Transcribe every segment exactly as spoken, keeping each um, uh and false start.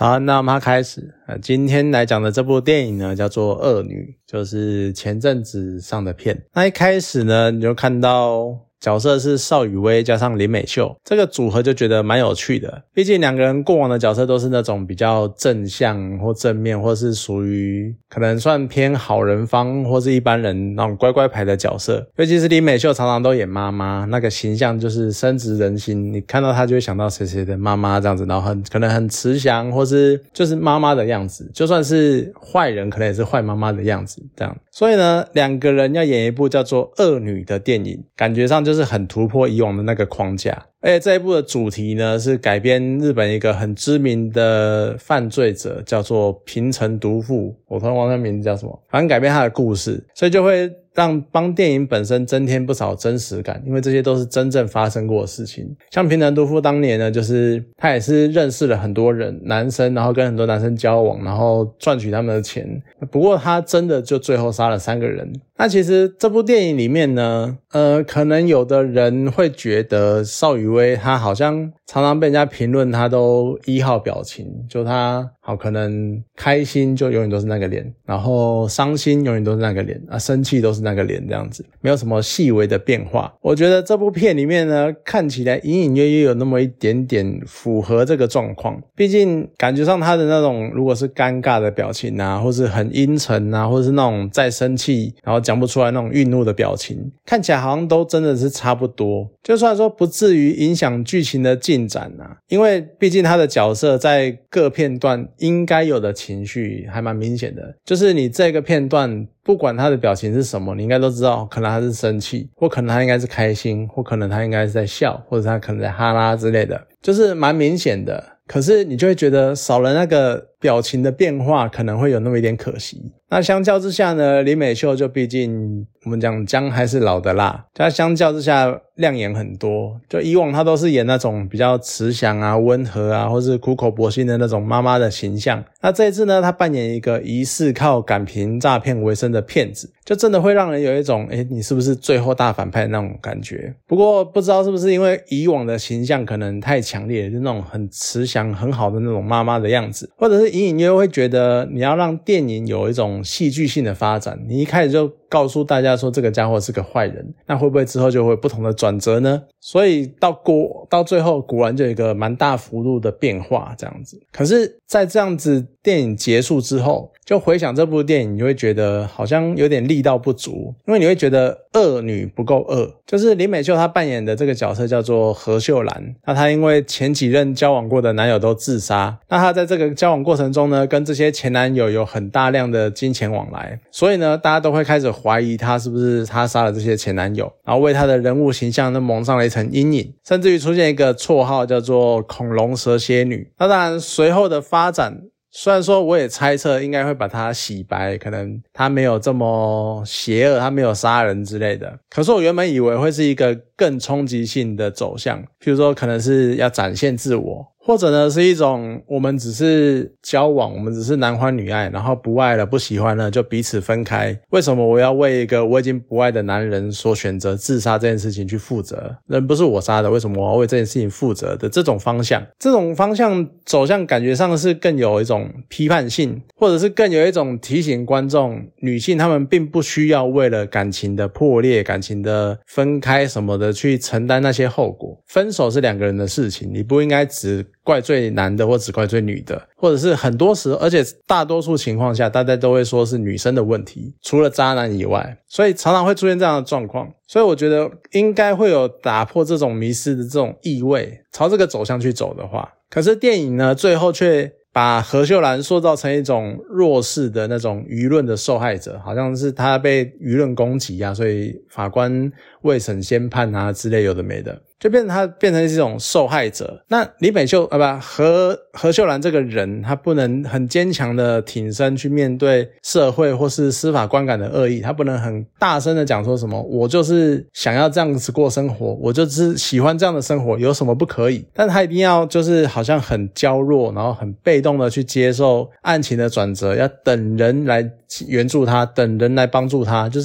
好，那我们要开始。呃，今天来讲的这部电影呢，叫做《恶女》，就是前阵子上的片。那一开始呢，你就看到角色是邵雨薇加上林美秀，这个组合就觉得蛮有趣的。毕竟两个人过往的角色都是那种比较正向或正面，或是属于可能算偏好人方或是一般人那种乖乖牌的角色。尤其是林美秀常常都演妈妈，那个形象就是深植人心，你看到她就会想到谁谁的妈妈这样子，然后很可能很慈祥，或是就是妈妈的样子，就算是坏人可能也是坏妈妈的样子这样。所以呢，两个人要演一部叫做《恶女》的电影，感觉上就就是很突破以往的那个框架。而且这一部的主题呢，是改编日本一个很知名的犯罪者，叫做平成毒妇，我突然忘了名字叫什么，反正改编他的故事，所以就会让帮电影本身增添不少真实感，因为这些都是真正发生过的事情。像平成毒妇当年呢，就是他也是认识了很多人男生，然后跟很多男生交往，然后赚取他们的钱，不过他真的就最后杀了三个人。那其实这部电影里面呢，呃，可能有的人会觉得邵雨薇她好像常常被人家评论她都一号表情，就她好可能开心就永远都是那个脸，然后伤心永远都是那个脸啊，生气都是那个脸这样子，没有什么细微的变化。我觉得这部片里面呢，看起来隐隐约约有那么一点点符合这个状况，毕竟感觉上她的那种如果是尴尬的表情啊，或是很阴沉啊，或是那种再生气然后讲不出来那种愠怒的表情，看起来好像都真的是差不多，就算说不至于影响剧情的进展啊，因为毕竟他的角色在各片段应该有的情绪还蛮明显的，就是你这个片段不管他的表情是什么，你应该都知道，可能他是生气，或可能他应该是开心，或可能他应该是在笑，或者他可能在哈拉之类的，就是蛮明显的。可是你就会觉得少了那个表情的变化，可能会有那么一点可惜。那相较之下呢，林美秀就毕竟我们讲姜还是老的辣，她相较之下亮眼很多。就以往她都是演那种比较慈祥啊、温和啊，或是苦口婆心的那种妈妈的形象。那这一次呢，她扮演一个疑似靠感情诈骗为生的骗子，就真的会让人有一种诶你是不是最后大反派的那种感觉。不过不知道是不是因为以往的形象可能太强烈，就那种很慈祥很好的那种妈妈的样子，或者是隐隐约约会觉得你要让电影有一种戏剧性的发展，你一开始就告诉大家说这个家伙是个坏人，那会不会之后就会有不同的转折呢？所以到果到最后果然就有一个蛮大幅度的变化这样子。可是在这样子电影结束之后，就回想这部电影，你就会觉得好像有点力道不足，因为你会觉得恶女不够恶。就是林美秀她扮演的这个角色叫做何秀兰，那她因为前几任交往过的男友都自杀，那她在这个交往过程中呢，跟这些前男友有很大量的金钱往来，所以呢大家都会开始怀疑她是不是她杀了这些前男友，然后为她的人物形象呢蒙上了一层阴影，甚至于出现一个绰号叫做恐龙蛇蝎女。那当然随后的发展，虽然说我也猜测应该会把他洗白，可能他没有这么邪恶，他没有杀人之类的，可是我原本以为会是一个更冲击性的走向，譬如说可能是要展现自我，或者呢是一种我们只是交往，我们只是男欢女爱，然后不爱了不喜欢了就彼此分开，为什么我要为一个我已经不爱的男人所选择自杀这件事情去负责，人不是我杀的，为什么我要为这件事情负责的这种方向，这种方向走向感觉上是更有一种批判性，或者是更有一种提醒观众女性她们并不需要为了感情的破裂，感情的分开什么的去承担那些后果，分手是两个人的事情，你不应该只怪罪男的或只怪罪女的，或者是很多时候，而且大多数情况下大家都会说是女生的问题，除了渣男以外，所以常常会出现这样的状况。所以我觉得应该会有打破这种迷思的这种意味，朝这个走向去走的话。可是电影呢最后却把何秀兰塑造成一种弱势的那种舆论的受害者，好像是她被舆论攻击啊，所以法官未审先判啊之类有的没的，就变成她变成一种受害者。那李美秀啊不何何秀兰这个人，她不能很坚强的挺身去面对社会或是司法观感的恶意，她不能很大声的讲说什么我就是想要这样子过生活，我就是喜欢这样的生活，有什么不可以，但她一定要就是好像很娇弱，然后很被动的去接受案情的转折，要等人来援助她，等人来帮助她，就是要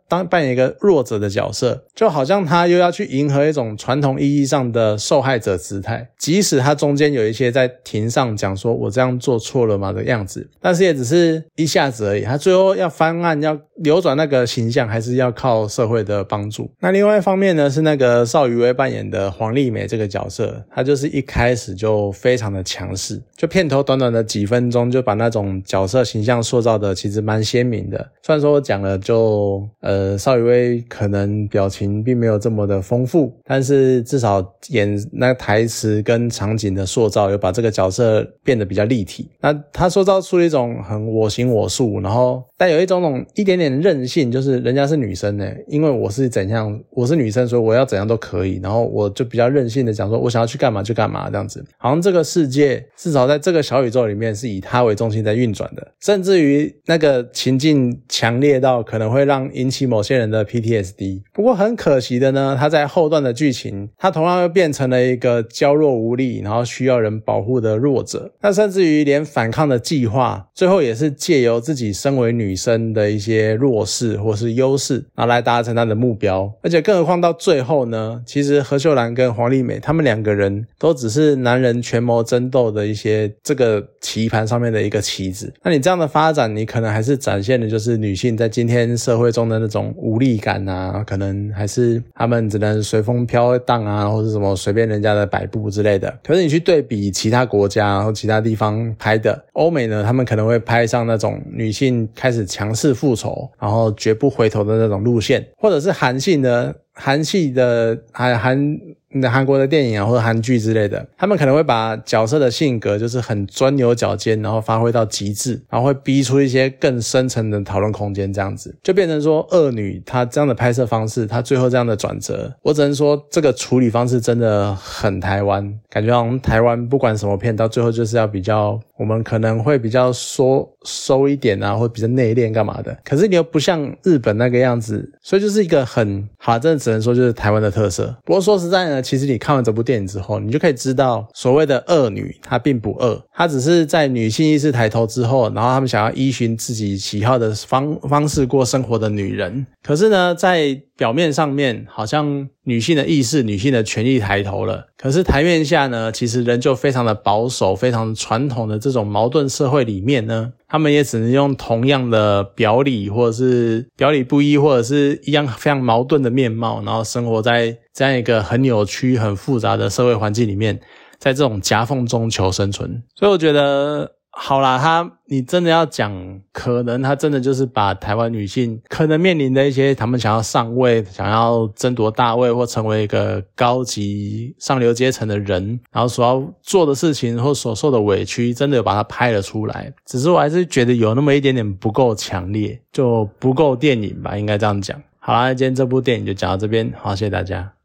当扮演一个弱者的角色，就好像他又要去迎合一种传统意义上的受害者姿态，即使他中间有一些在庭上讲说我这样做错了吗的样子，但是也只是一下子而已，他最后要翻案要扭转那个形象还是要靠社会的帮助。那另外一方面呢，是那个邵雨薇扮演的黄丽美这个角色，她就是一开始就非常的强势，就片头短短的几分钟就把那种角色形象塑造的其实蛮鲜明的。虽然说我讲了就呃邵雨薇可能表情并没有这么的丰富，但是至少演那台词跟场景的塑造有把这个角色变得比较立体。那他塑造出一种很我行我素，然后带有一种种一点点任性，就是人家是女生耶，因为我是怎样我是女生，所以我要怎样都可以，然后我就比较任性的讲说我想要去干嘛就干嘛这样子。好像这个世界至少在这个小宇宙里面是以他为中心在运转的，甚至于那个情境强烈到可能会让引起某些人的 P T S D。 不过很可惜的呢，他在后段的剧情他同样又变成了一个娇弱无力然后需要人保护的弱者，那甚至于连反抗的计划最后也是借由自己身为女生的一些弱势或是优势然后来达成他的目标。而且更何况到最后呢，其实何秀兰跟黄丽美他们两个人都只是男人权谋争斗的一些这个棋盘上面的一个棋子。那你这样的发展，你可能还是展现的就是女性在今天社会中的那种无力感啊，可能还是他们只能随风飘荡啊，或者什么随便人家的摆布之类的。可是你去对比其他国家或其他地方拍的，欧美呢他们可能会拍上那种女性开始强势复仇然后绝不回头的那种路线，或者是韩系的韩系的韩韩韩国的电影啊或者韩剧之类的，他们可能会把角色的性格就是很钻牛角尖，然后发挥到极致，然后会逼出一些更深层的讨论空间，这样子就变成说恶女她这样的拍摄方式，她最后这样的转折，我只能说这个处理方式真的很台湾，感觉好像台湾不管什么片到最后就是要比较，我们可能会比较收收一点啊，或比较内敛干嘛的，可是你又不像日本那个样子，所以就是一个很好，真的只能说就是台湾的特色。不过说实在呢，其实你看完这部电影之后，你就可以知道所谓的恶女她并不恶，她只是在女性意识抬头之后，然后他们想要依循自己喜好的方方式过生活的女人。可是呢，在表面上面好像女性的意识女性的权益抬头了，可是台面下呢，其实仍旧非常的保守非常传统的这种矛盾社会里面呢，他们也只能用同样的表里或者是表里不一或者是一样非常矛盾的面貌，然后生活在这样一个很扭曲很复杂的社会环境里面，在这种夹缝中求生存。所以我觉得好啦，他你真的要讲，可能他真的就是把台湾女性可能面临的一些他们想要上位想要争夺大位或成为一个高级上流阶层的人，然后所要做的事情或所受的委屈真的有把它拍了出来，只是我还是觉得有那么一点点不够强烈，就不够电影吧，应该这样讲。好啦，今天这部电影就讲到这边，好，谢谢大家。